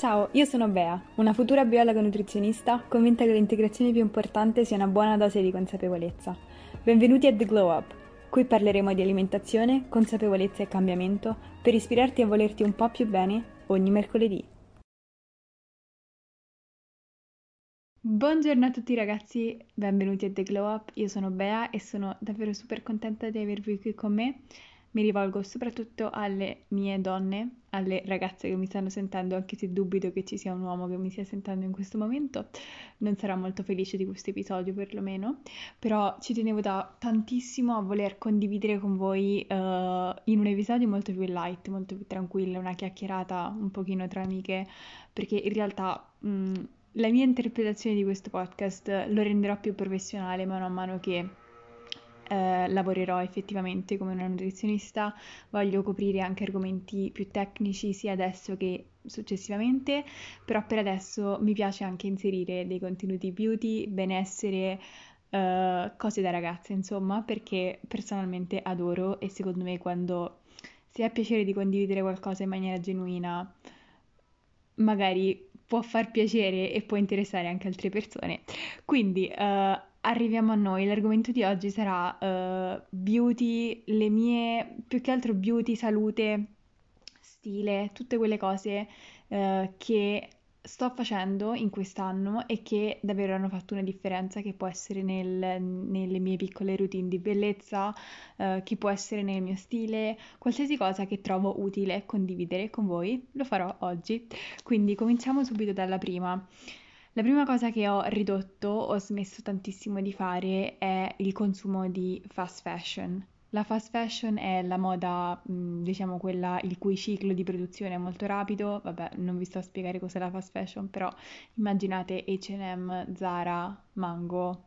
Ciao, io sono Bea, una futura biologa nutrizionista convinta che l'integrazione più importante sia una buona dose di consapevolezza. Benvenuti a The Glow Up. Qui parleremo di alimentazione, consapevolezza e cambiamento per ispirarti a volerti un po' più bene ogni mercoledì. Buongiorno a tutti ragazzi, benvenuti a The Glow Up. Io sono Bea e sono davvero super contenta di avervi qui con me. Mi rivolgo soprattutto alle mie donne, alle ragazze che mi stanno sentendo, anche se dubito che ci sia un uomo che mi stia sentendo in questo momento. Non sarà molto felice di questo episodio perlomeno, però ci tenevo da tantissimo a voler condividere con voi in un episodio molto più light, molto più tranquillo, una chiacchierata un pochino tra amiche, perché in realtà la mia interpretazione di questo podcast lo renderò più professionale mano a mano che lavorerò effettivamente come una nutrizionista. Voglio coprire anche argomenti più tecnici sia adesso che successivamente, però per adesso mi piace anche inserire dei contenuti beauty, benessere, cose da ragazza, insomma, perché personalmente adoro e secondo me quando si ha piacere di condividere qualcosa in maniera genuina, magari può far piacere e può interessare anche altre persone. Quindi arriviamo a noi. L'argomento di oggi sarà beauty, le mie, più che altro beauty, salute, stile, tutte quelle cose che sto facendo in quest'anno e che davvero hanno fatto una differenza, che può essere nelle mie piccole routine di bellezza, che può essere nel mio stile, qualsiasi cosa che trovo utile condividere con voi, lo farò oggi. Quindi cominciamo subito dalla prima. La prima cosa che ho ridotto, ho smesso tantissimo di fare, è il consumo di fast fashion. La fast fashion è la moda, diciamo quella il cui ciclo di produzione è molto rapido. Vabbè, non vi sto a spiegare cos'è la fast fashion, però immaginate H&M, Zara, Mango,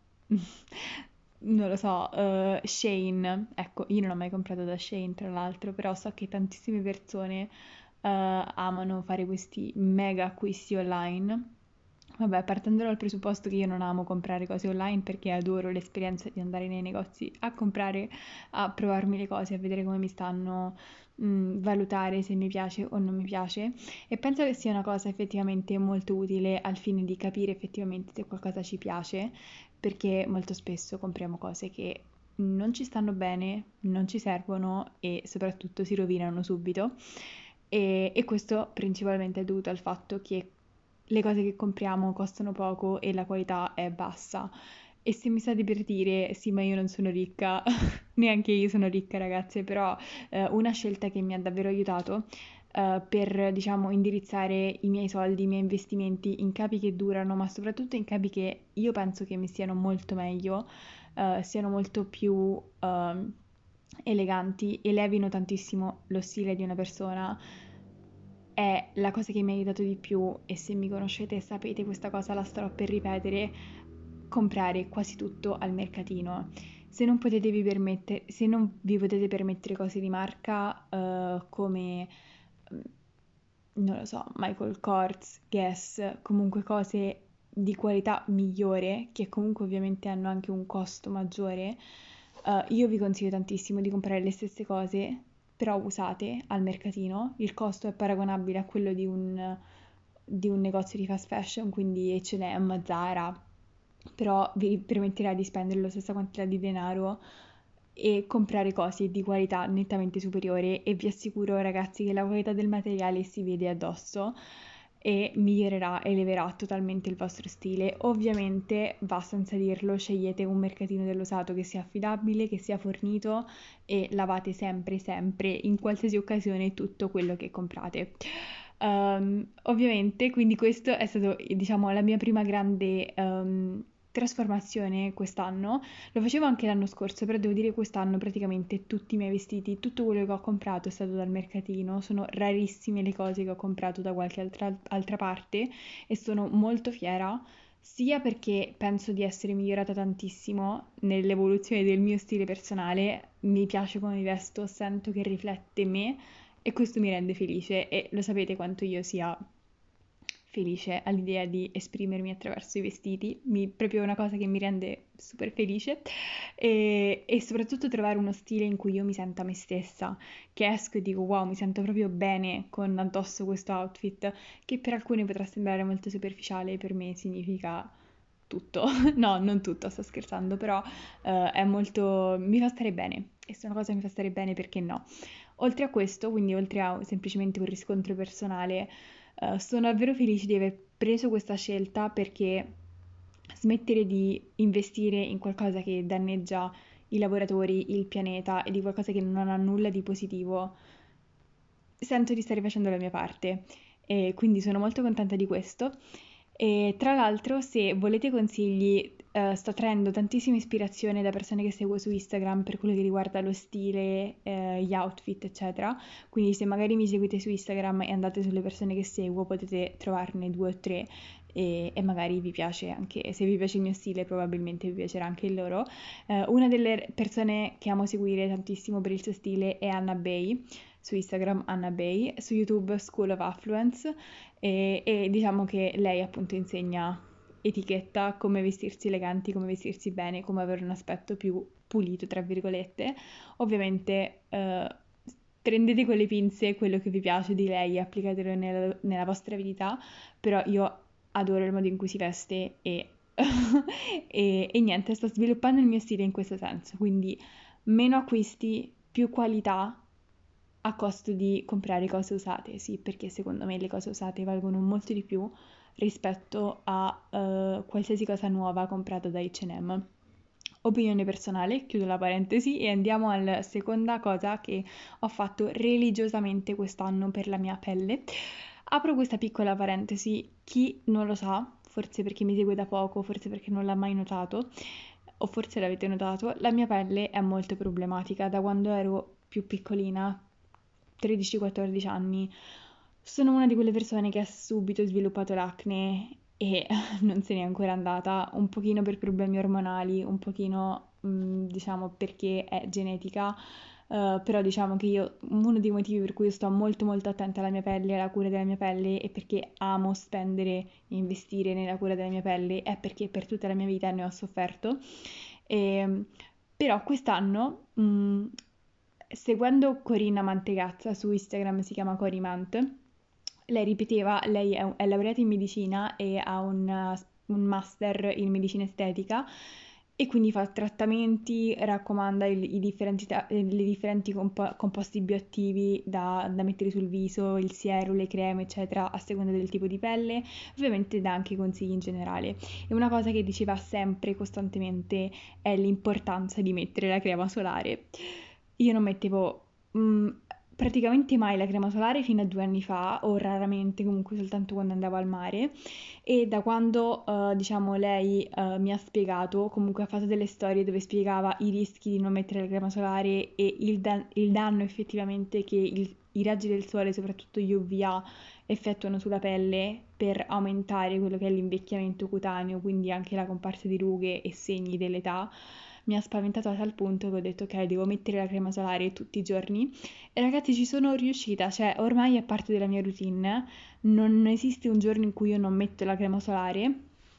non lo so, Shein. Ecco, io non ho mai comprato da Shein, tra l'altro, però so che tantissime persone amano fare questi mega acquisti online. Vabbè, partendo dal presupposto che io non amo comprare cose online perché adoro l'esperienza di andare nei negozi a comprare, a provarmi le cose, a vedere come mi stanno, valutare se mi piace o non mi piace, e penso che sia una cosa effettivamente molto utile al fine di capire effettivamente se qualcosa ci piace, perché molto spesso compriamo cose che non ci stanno bene, non ci servono e soprattutto si rovinano subito. E questo principalmente è dovuto al fatto che le cose che compriamo costano poco e la qualità è bassa. E se mi state per dire, sì, ma io non sono ricca, neanche io sono ricca, ragazze, però una scelta che mi ha davvero aiutato per, diciamo, indirizzare i miei soldi, i miei investimenti in capi che durano, ma soprattutto in capi che io penso che mi stiano molto meglio, siano molto più eleganti, elevino tantissimo lo stile di una persona, è la cosa che mi ha aiutato di più. E se mi conoscete e sapete questa cosa, la starò per ripetere: comprare quasi tutto al mercatino. Se non vi potete permettere cose di marca come, mm, non lo so, Michael Kors, Guess, comunque cose di qualità migliore, che comunque ovviamente hanno anche un costo maggiore, io vi consiglio tantissimo di comprare le stesse cose, però usate al mercatino. Il costo è paragonabile a quello di un negozio di fast fashion, quindi H&M, Zara, però vi permetterà di spendere la stessa quantità di denaro e comprare cose di qualità nettamente superiore, e vi assicuro ragazzi che la qualità del materiale si vede addosso e migliorerà, eleverà totalmente il vostro stile. Ovviamente va senza dirlo, scegliete un mercatino dell'usato che sia affidabile, che sia fornito, e lavate sempre, sempre, in qualsiasi occasione, tutto quello che comprate. Ovviamente, quindi questo è stato, diciamo, la mia prima grande trasformazione quest'anno. Lo facevo anche l'anno scorso, però devo dire quest'anno praticamente tutti i miei vestiti, tutto quello che ho comprato è stato dal mercatino. Sono rarissime le cose che ho comprato da qualche altra parte e sono molto fiera, sia perché penso di essere migliorata tantissimo nell'evoluzione del mio stile personale, mi piace come mi vesto, sento che riflette me e questo mi rende felice, e lo sapete quanto io sia felice all'idea di esprimermi attraverso i vestiti, proprio una cosa che mi rende super felice e soprattutto trovare uno stile in cui io mi senta me stessa, che esco e dico wow, mi sento proprio bene con addosso questo outfit, che per alcuni potrà sembrare molto superficiale, per me significa tutto. No, non tutto, sto scherzando, però è molto... mi fa stare bene. E se una cosa mi fa stare bene, perché no? Oltre a questo, quindi oltre a semplicemente un riscontro personale, sono davvero felice di aver preso questa scelta perché smettere di investire in qualcosa che danneggia i lavoratori, il pianeta e di qualcosa che non ha nulla di positivo, sento di stare facendo la mia parte e quindi sono molto contenta di questo. E tra l'altro, se volete consigli, sto traendo tantissima ispirazione da persone che seguo su Instagram per quello che riguarda lo stile, gli outfit, eccetera. Quindi se magari mi seguite su Instagram e andate sulle persone che seguo, potete trovarne due o tre e magari vi piace anche, se vi piace il mio stile, probabilmente vi piacerà anche il loro. Una delle persone che amo seguire tantissimo per il suo stile è Anna Bay, su Instagram Anna Bay, su YouTube School of Affluence e diciamo che lei appunto insegna etichetta, come vestirsi eleganti, come vestirsi bene, come avere un aspetto più pulito, tra virgolette. Ovviamente prendete con le pinze quello che vi piace di lei e applicatelo nella vostra vita, però io adoro il modo in cui si veste e, e niente, sto sviluppando il mio stile in questo senso, quindi meno acquisti, più qualità a costo di comprare cose usate, sì, perché secondo me le cose usate valgono molto di più rispetto a qualsiasi cosa nuova comprata da H&M. Opinione personale, chiudo la parentesi e andiamo alla seconda cosa che ho fatto religiosamente quest'anno per la mia pelle. Apro questa piccola parentesi, chi non lo sa, forse perché mi segue da poco, forse perché non l'ha mai notato, o forse l'avete notato, la mia pelle è molto problematica da quando ero più piccolina, 13-14 anni. Sono una di quelle persone che ha subito sviluppato l'acne e non se n'è ancora andata, un pochino per problemi ormonali, un pochino diciamo perché è genetica, però diciamo che io uno dei motivi per cui sto molto molto attenta alla mia pelle, alla cura della mia pelle e perché amo spendere e investire nella cura della mia pelle è perché per tutta la mia vita ne ho sofferto. E, però quest'anno, seguendo Corinna Mantegazza su Instagram, si chiama Corimant, lei ripeteva, lei è laureata in medicina e ha un master in medicina estetica e quindi fa trattamenti, raccomanda le differenti composti bioattivi da mettere sul viso, il siero, le creme, eccetera, a seconda del tipo di pelle. Ovviamente dà anche consigli in generale. E una cosa che diceva sempre, costantemente, è l'importanza di mettere la crema solare. Io non mettevo praticamente mai la crema solare fino a 2 anni fa, o raramente, comunque soltanto quando andavo al mare. E da quando, diciamo, lei mi ha spiegato, comunque ha fatto delle storie dove spiegava i rischi di non mettere la crema solare e il danno effettivamente che i raggi del sole, soprattutto gli UVA, effettuano sulla pelle per aumentare quello che è l'invecchiamento cutaneo, quindi anche la comparsa di rughe e segni dell'età, mi ha spaventato a tal punto che ho detto ok, devo mettere la crema solare tutti i giorni e ragazzi ci sono riuscita, cioè ormai è parte della mia routine, non esiste un giorno in cui io non metto la crema solare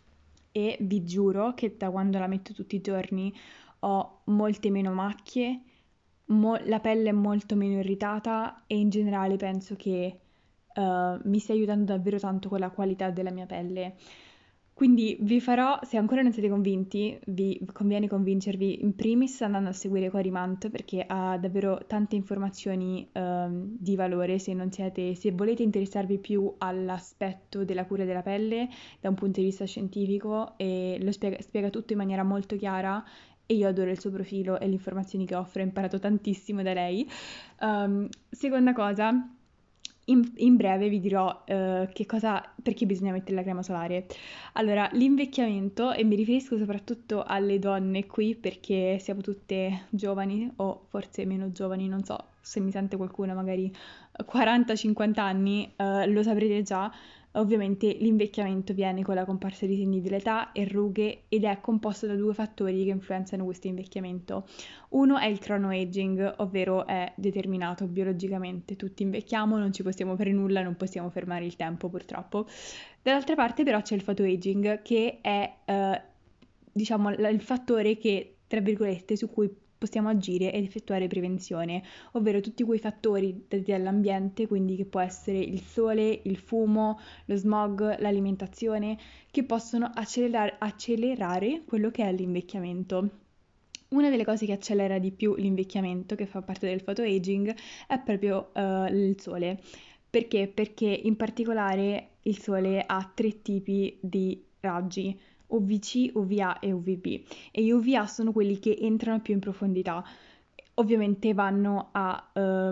e vi giuro che da quando la metto tutti i giorni ho molte meno macchie, la pelle è molto meno irritata e in generale penso che mi stia aiutando davvero tanto con la qualità della mia pelle. Quindi vi farò, se ancora non siete convinti, vi conviene convincervi in primis andando a seguire Quarimant perché ha davvero tante informazioni di valore se non siete, se volete interessarvi più all'aspetto della cura della pelle da un punto di vista scientifico e lo spiega tutto in maniera molto chiara e io adoro il suo profilo e le informazioni che offre, ho imparato tantissimo da lei. Seconda cosa, in breve vi dirò perché bisogna mettere la crema solare. Allora, l'invecchiamento, e mi riferisco soprattutto alle donne qui perché siamo tutte giovani o forse meno giovani, non so se mi sente qualcuno magari 40-50 anni, lo saprete già. Ovviamente l'invecchiamento viene con la comparsa di segni dell'età e rughe ed è composto da due fattori che influenzano questo invecchiamento. Uno è il chronoaging, ovvero è determinato biologicamente. Tutti invecchiamo, non ci possiamo fare nulla, non possiamo fermare il tempo purtroppo. Dall'altra parte però c'è il photoaging che è diciamo il fattore che, tra virgolette, su cui possiamo agire ed effettuare prevenzione, ovvero tutti quei fattori dati dall'ambiente, quindi che può essere il sole, il fumo, lo smog, l'alimentazione, che possono accelerare quello che è l'invecchiamento. Una delle cose che accelera di più l'invecchiamento, che fa parte del photoaging, è proprio il sole. Perché? Perché in particolare il sole ha tre tipi di raggi, UVC, UVA e UVB. E gli UVA sono quelli che entrano più in profondità. Ovviamente vanno a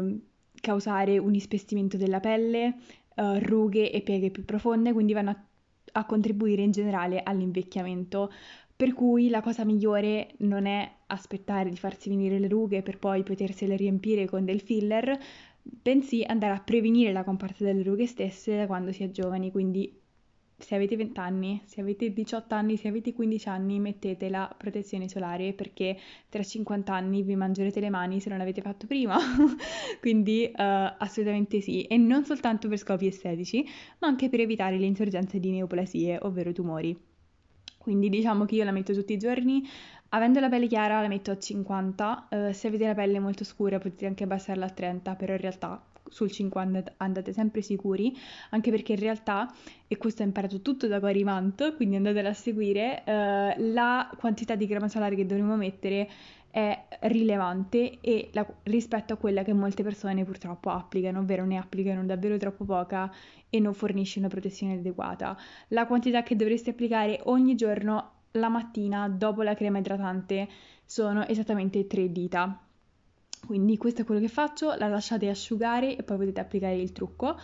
causare un ispessimento della pelle, rughe e pieghe più profonde, quindi vanno a contribuire in generale all'invecchiamento. Per cui la cosa migliore non è aspettare di farsi venire le rughe per poi potersele riempire con del filler, bensì andare a prevenire la comparsa delle rughe stesse da quando si è giovani. Quindi se avete 20 anni, se avete 18 anni, se avete 15 anni, mettete la protezione solare perché tra 50 anni vi mangerete le mani se non l'avete fatto prima. Quindi assolutamente sì, e non soltanto per scopi estetici, ma anche per evitare le insorgenze di neoplasie, ovvero tumori. Quindi diciamo che io la metto tutti i giorni, avendo la pelle chiara la metto a 50, se avete la pelle molto scura potete anche abbassarla a 30, però in realtà sul 50 andate sempre sicuri, anche perché in realtà, e questo ho imparato tutto da Cory Mant, quindi andatela a seguire, la quantità di crema solare che dovremo mettere è rilevante e rispetto a quella che molte persone purtroppo applicano, ovvero ne applicano davvero troppo poca e non fornisce una protezione adeguata. La quantità che dovreste applicare ogni giorno la mattina dopo la crema idratante sono esattamente 3 dita. Quindi questo è quello che faccio, la lasciate asciugare e poi potete applicare il trucco.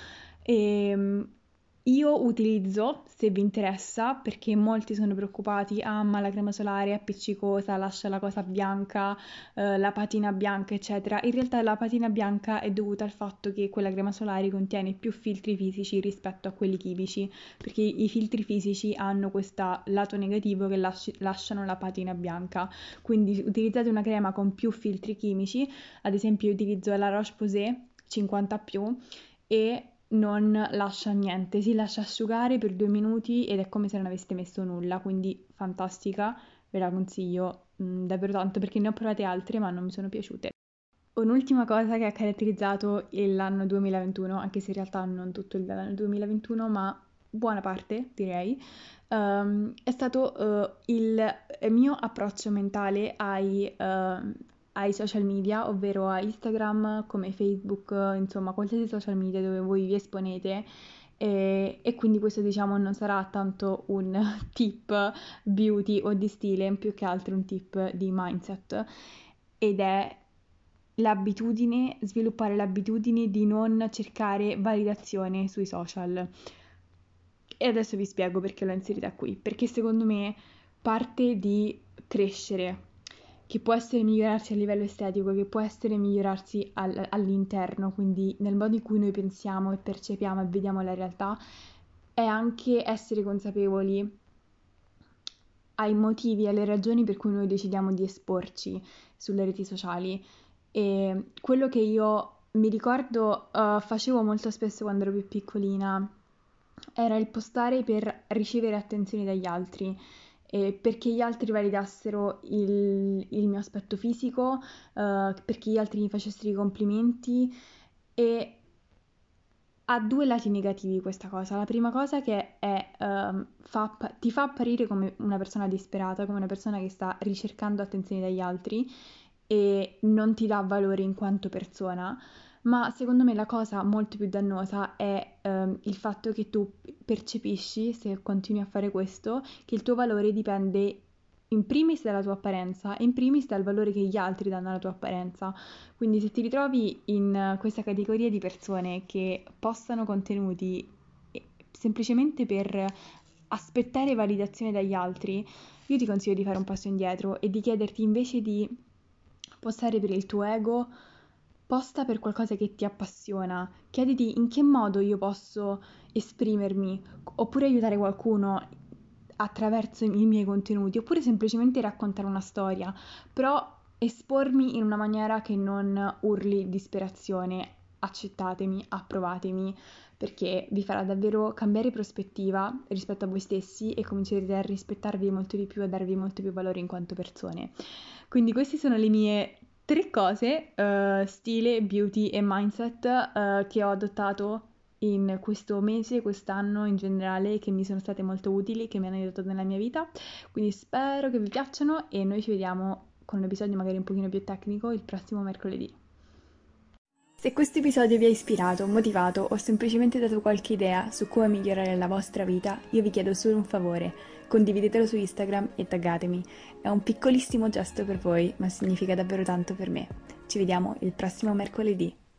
Io utilizzo, se vi interessa, perché molti sono preoccupati, ah ma la crema solare è appiccicosa, lascia la cosa bianca, la patina bianca, eccetera. In realtà la patina bianca è dovuta al fatto che quella crema solare contiene più filtri fisici rispetto a quelli chimici, perché i filtri fisici hanno questo lato negativo che lasciano la patina bianca. Quindi utilizzate una crema con più filtri chimici, ad esempio io utilizzo la Roche-Posay 50+, e non lascia niente, si lascia asciugare per 2 minuti ed è come se non aveste messo nulla, quindi fantastica, ve la consiglio davvero tanto perché ne ho provate altre ma non mi sono piaciute. Un'ultima cosa che ha caratterizzato l'anno 2021, anche se in realtà non tutto l'anno 2021, ma buona parte direi, è stato il mio approccio mentale ai social media, ovvero a Instagram, come Facebook, insomma qualsiasi social media dove voi vi esponete. E quindi questo diciamo non sarà tanto un tip beauty o di stile, più che altro un tip di mindset ed è sviluppare l'abitudine di non cercare validazione sui social. E adesso vi spiego perché l'ho inserita qui, perché secondo me parte di crescere, che può essere migliorarsi a livello estetico, che può essere migliorarsi all'interno, quindi nel modo in cui noi pensiamo e percepiamo e vediamo la realtà, è anche essere consapevoli ai motivi e alle ragioni per cui noi decidiamo di esporci sulle reti sociali. E quello che io mi ricordo facevo molto spesso quando ero più piccolina era il postare per ricevere attenzioni dagli altri, perché gli altri validassero il mio aspetto fisico, perché gli altri mi facessero i complimenti e ha due lati negativi questa cosa. La prima cosa che è, ti fa apparire come una persona disperata, come una persona che sta ricercando attenzioni dagli altri e non ti dà valore in quanto persona. Ma secondo me la cosa molto più dannosa è il fatto che tu percepisci, se continui a fare questo, che il tuo valore dipende in primis dalla tua apparenza e in primis dal valore che gli altri danno alla tua apparenza. Quindi se ti ritrovi in questa categoria di persone che postano contenuti semplicemente per aspettare validazione dagli altri, io ti consiglio di fare un passo indietro e di chiederti invece di postare per il tuo ego, posta per qualcosa che ti appassiona, chiediti in che modo io posso esprimermi, oppure aiutare qualcuno attraverso i miei contenuti, oppure semplicemente raccontare una storia, però espormi in una maniera che non urli disperazione. Accettatemi, approvatemi, perché vi farà davvero cambiare prospettiva rispetto a voi stessi e comincerete a rispettarvi molto di più e a darvi molto più valore in quanto persone. Quindi queste sono le mie tre cose, stile, beauty e mindset, che ho adottato in questo mese, quest'anno in generale, che mi sono state molto utili, che mi hanno aiutato nella mia vita. Quindi spero che vi piacciono e noi ci vediamo con un episodio magari un pochino più tecnico il prossimo mercoledì. Se questo episodio vi ha ispirato, motivato o semplicemente dato qualche idea su come migliorare la vostra vita, io vi chiedo solo un favore: condividetelo su Instagram e taggatemi. È un piccolissimo gesto per voi, ma significa davvero tanto per me. Ci vediamo il prossimo mercoledì.